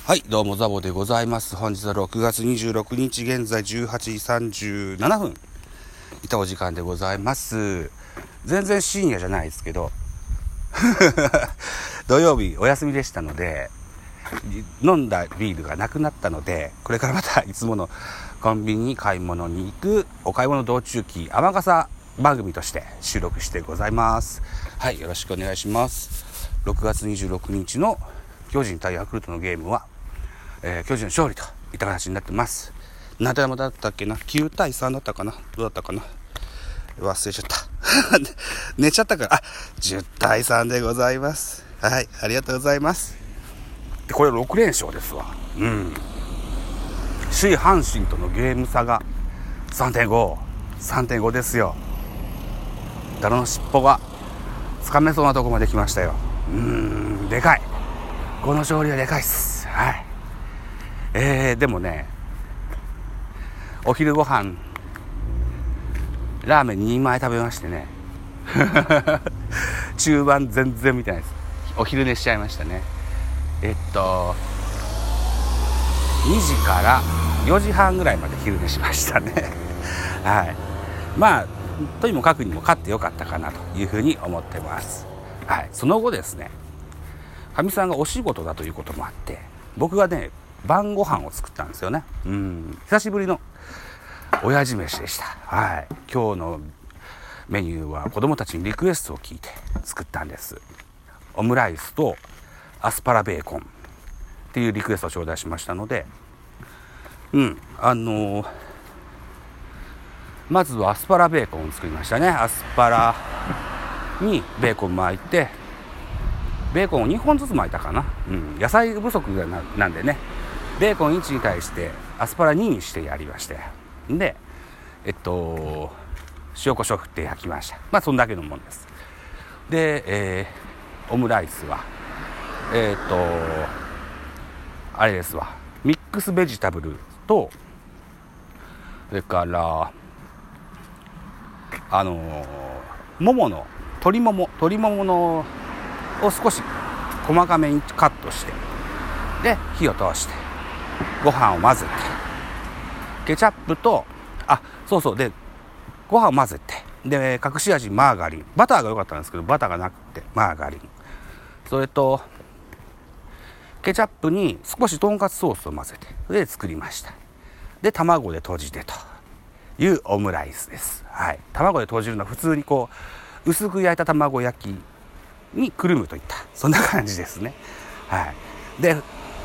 はい、どうもザボでございます。本日は6月26日現在18時37分いたお時間でございます。全然深夜じゃないですけど土曜日お休みでしたので、飲んだビールがなくなったので、これからまたいつものコンビニに買い物に行くお買い物道中記雨傘番組として収録してございます。はい、よろしくお願いします。6月26日の巨人対ヤクルトのゲームは、巨人の勝利といった形になってます。何対もだったっけな、9対3だったかな、どうだったかな、忘れちゃった寝ちゃったから、10対3でございます。はい、ありがとうございます。でこれ6連勝ですわ。首位阪神とのゲーム差が 3.5 ですよ。誰の尻尾がつかめそうなとこまで来ましたよ。でかい、この勝利はでかいっす。はい。でもね、お昼ご飯ラーメン2枚食べましてね中盤全然見てないです。お昼寝しちゃいましたね。2時から4時半ぐらいまで昼寝しましたねはい。まあとにもかくにも勝ってよかったかなというふうに思ってます。はい。その後ですね、かみさんがお仕事だということもあって、僕がね晩ご飯を作ったんですよね。久しぶりの親父飯でした。はい。今日のメニューは子供たちにリクエストを聞いて作ったんです。オムライスとアスパラベーコンっていうリクエストを頂戴しましたので、まずはアスパラベーコンを作りましたね。アスパラにベーコン巻いて、ベーコンを2本ずつ巻いたかな。野菜不足なんでね、ベーコン1に対してアスパラ2にしてやりまして、で塩コショウ振って焼きました。まあそんだけのもんです。で、オムライスはあれですわ、ミックスベジタブルと、それから鶏もものを少し細かめにカットして、で火を通してご飯を混ぜて、ケチャップとでご飯を混ぜて、で隠し味マーガリン、バターが良かったんですけどバターがなくてマーガリン、それとケチャップに少しとんかつソースを混ぜて、それで作りました。で卵で閉じてというオムライスです。はい。卵で閉じるのは普通にこう薄く焼いた卵焼きにくるむといったそんな感じですね。はい。で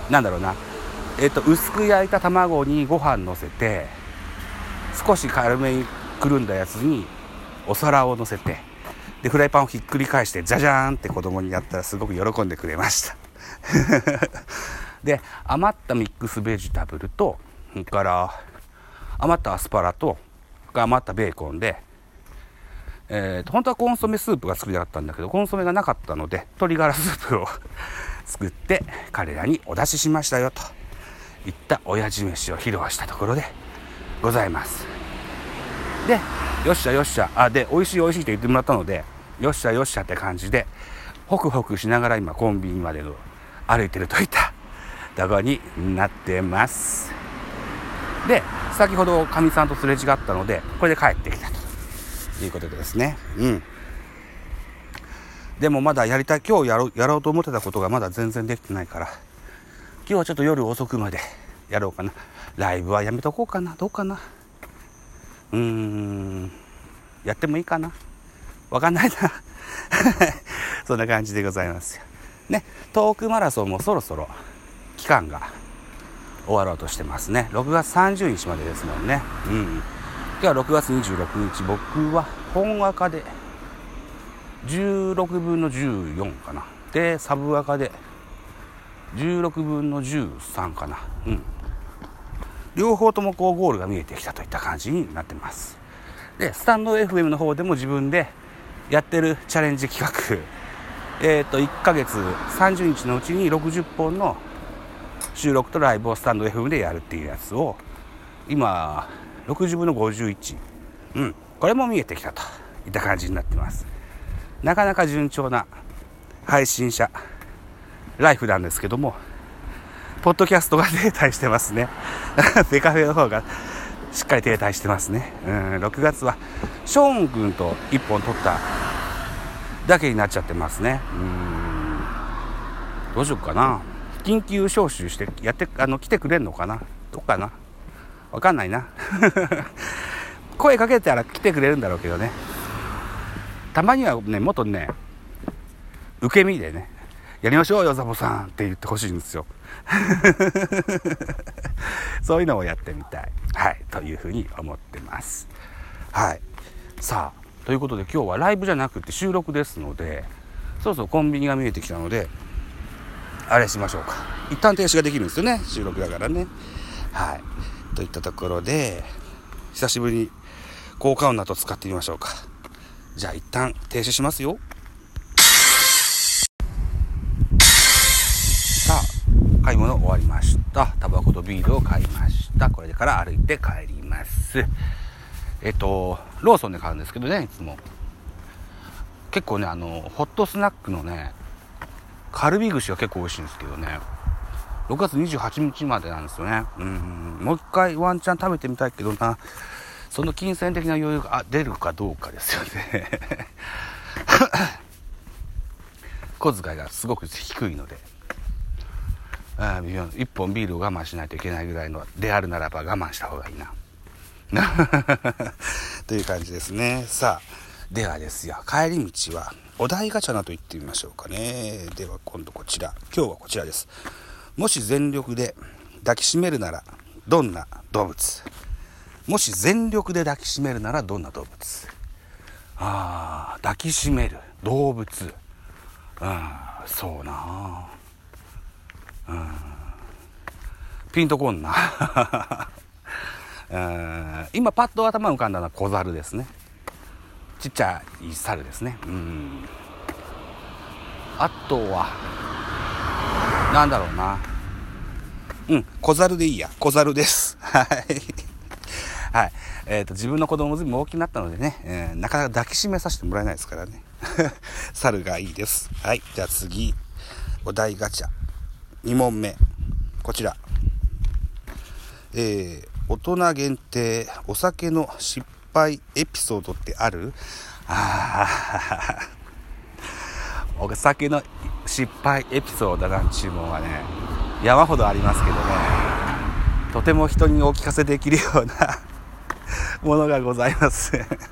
薄く焼いた卵にご飯乗せて、少し軽めにくるんだやつにお皿を乗せて、でフライパンをひっくり返してジャジャーンって子供にやったらすごく喜んでくれましたで余ったミックスベジタブルと、それから余ったアスパラと余ったベーコンで、本当はコンソメスープが作りたかったんだけど、コンソメがなかったので鶏ガラスープを作って彼らにお出ししましたよといった親父飯を披露したところでございます。でよっしゃよっしゃ、で美味しい美味しいと言ってもらったので、よっしゃよっしゃって感じでホクホクしながら今コンビニまでの歩いてるといったところになってます。で先ほどかみさんとすれ違ったので、これで帰ってきたということでですね。でもまだ今日やろうと思ってたことがまだ全然できてないから、今日はちょっと夜遅くまでやろうかな。ライブはやめとこうかな、どうかな、やってもいいかな、わかんないなそんな感じでございますよね。トークマラソンもそろそろ期間が終わろうとしてますね。6月30日までですもんね。今日は6月26日、僕は本赤で16分の14かな、でサブ赤で16分の13かな。両方ともこうゴールが見えてきたといった感じになってます。でスタンド FM の方でも自分でやってるチャレンジ企画、1ヶ月30日のうちに60本の収録とライブをスタンド FM でやるっていうやつを今60分の51、これも見えてきたといった感じになってます。なかなか順調な配信者ライフなんですけども、 ポッドキャストが停滞してますねベカフェの方がしっかり停滞してますね。6月はショーン君と1本取っただけになっちゃってますね。どうしようかな。緊急招集してやって来てくれんのかな。どうかな、わかんないな声かけたら来てくれるんだろうけどね。たまにはね、もっとね、受け身でね、やりましょうよザボさんって言ってほしいんですよそういうのをやってみたい、はい、というふうに思ってます。はい、さあということで今日はライブじゃなくて収録ですので、そろそろコンビニが見えてきたのであれしましょうか。一旦停止ができるんですよね、収録だからね。はい、といったところで久しぶりに効果音など使ってみましょうか。じゃあ一旦停止しますよ。さあ買い物終わりました。タバコとビールを買いました。これから歩いて帰ります。ローソンで買うんですけどね、いつも結構ね、ホットスナックのねカルビ串が結構美味しいんですけどね、6月28日までなんですよね。もう一回ワンチャン食べてみたいけどな、その金銭的な余裕が出るかどうかですよね小遣いがすごく低いので、1本ビールを我慢しないといけないぐらいのであるならば我慢した方がいいなという感じですね。さあではですよ、帰り道はお題ガチャなと言ってみましょうかね。では今度今日はこちらです。もし全力で抱きしめるならどんな動物。もし全力で抱きしめるならどんな動物。抱きしめる動物、そうな、ピンとこんな今パッと頭浮かんだのは小猿ですね。ちっちゃい猿ですね。あとはなんだろうな、小猿でいいや、小猿ですはいはい、自分の子供もずいぶん大きくなったのでね、なかなか抱きしめさせてもらえないですからね猿がいいです。はい、じゃあ次お題ガチャ2問目こちら、大人限定お酒の失敗エピソードってある？お酒の失敗エピソードなんちゅうもんはね山ほどありますけどね、とても人にお聞かせできるようなものがございます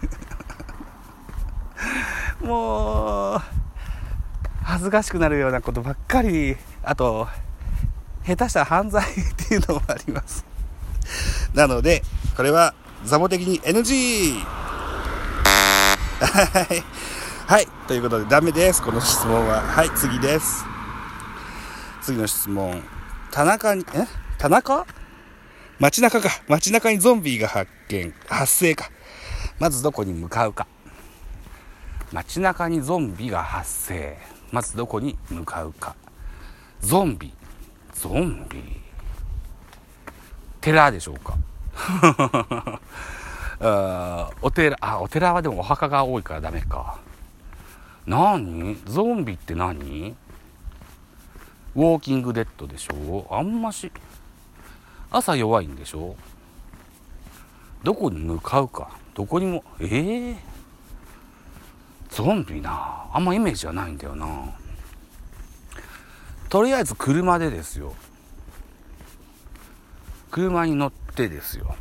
もう恥ずかしくなるようなことばっかり、あと下手したら犯罪っていうのもありますなのでこれはザボ的に NG はい、ということでダメです、この質問は。はい、次です。次の質問、街中にゾンビが発生か。まずどこに向かうか。街中にゾンビが発生、まずどこに向かうか。ゾンビ寺でしょうかお寺はでもお墓が多いからダメか。何？ゾンビって何？ウォーキングデッドでしょ。あんまし朝弱いんでしょ。どこに向かうか、どこにも。ゾンビな、あんまイメージはないんだよな。とりあえず車でですよ。車に乗ってですよ。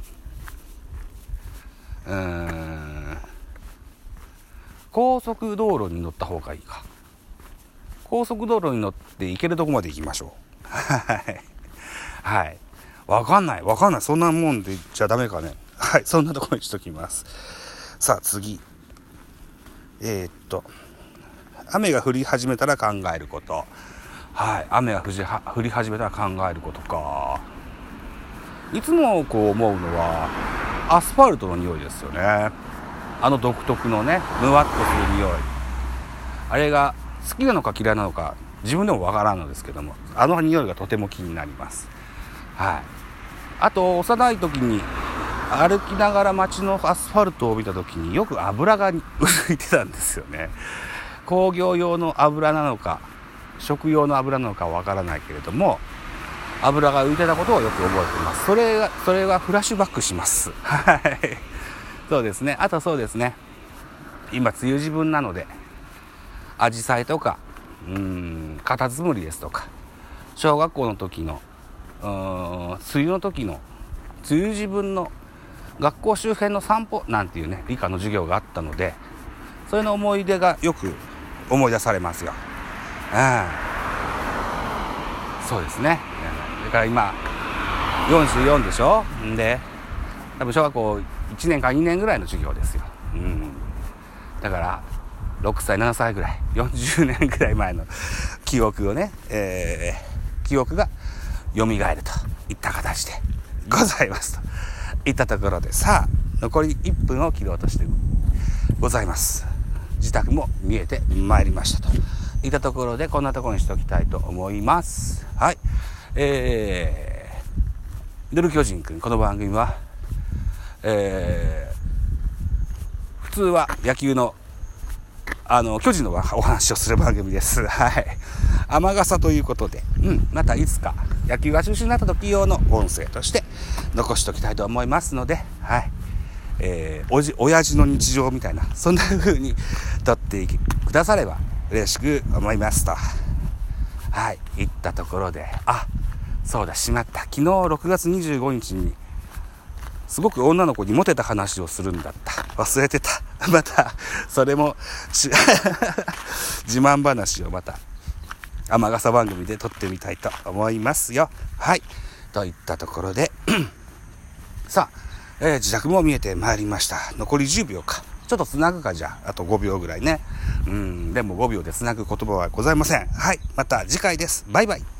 高速道路に乗った方がいいか。高速道路に乗って行けるとこまで行きましょうはい、わかんない、そんなもんで言っちゃダメかね。はい、そんなところにしときます。さあ次、雨が降り始めたら考えること。はい、雨が降り始めたら考えることか。いつもこう思うのはアスファルトの匂いですよね。独特のね、むわっとする匂い。あれが好きなのか嫌いなのか自分でもわからんのですけども、匂いがとても気になります。はい。あと幼い時に歩きながら街のアスファルトを見た時によく油が浮いてたんですよね。工業用の油なのか食用の油なのかわからないけれども、 油が浮いてたことをよく覚えています。それがフラッシュバックしますはいそうですね。あとそうですね、今梅雨時分なのでアジサイとかカタツムリですとか、小学校の時の梅雨の時の梅雨時分の学校周辺の散歩なんていうね理科の授業があったので、それの思い出がよく思い出されますよ。そうですね。だから今44でしょ。んで多分小学校1年か2年ぐらいの授業ですよ。だから6歳7歳ぐらい40年ぐらい前の記憶をね、記憶が蘇るといった形でございますといったところで、さあ残り1分を切ろうとしてございます。自宅も見えてまいりましたといったところで、こんなところにしておきたいと思います。はい、ドル巨人くん、この番組は、普通は野球の巨人のお話をする番組です。はい。雨傘ということで、またいつか野球が中止になった時用の音声として残しておきたいと思いますので、はい。親父の日常みたいな、そんな風に撮ってくだされば嬉しく思いますと。はい。いったところで、そうだ、しまった。昨日6月25日に、すごく女の子にモテた話をするんだった。忘れてた。また、それも、自慢話をまた、雨傘番組で撮ってみたいと思いますよ。はい。といったところで、さあ、自宅も見えてまいりました。残り10秒か。ちょっとつなぐか、じゃあ。あと5秒ぐらいね。でも5秒でつなぐ言葉はございません。はい。また次回です。バイバイ。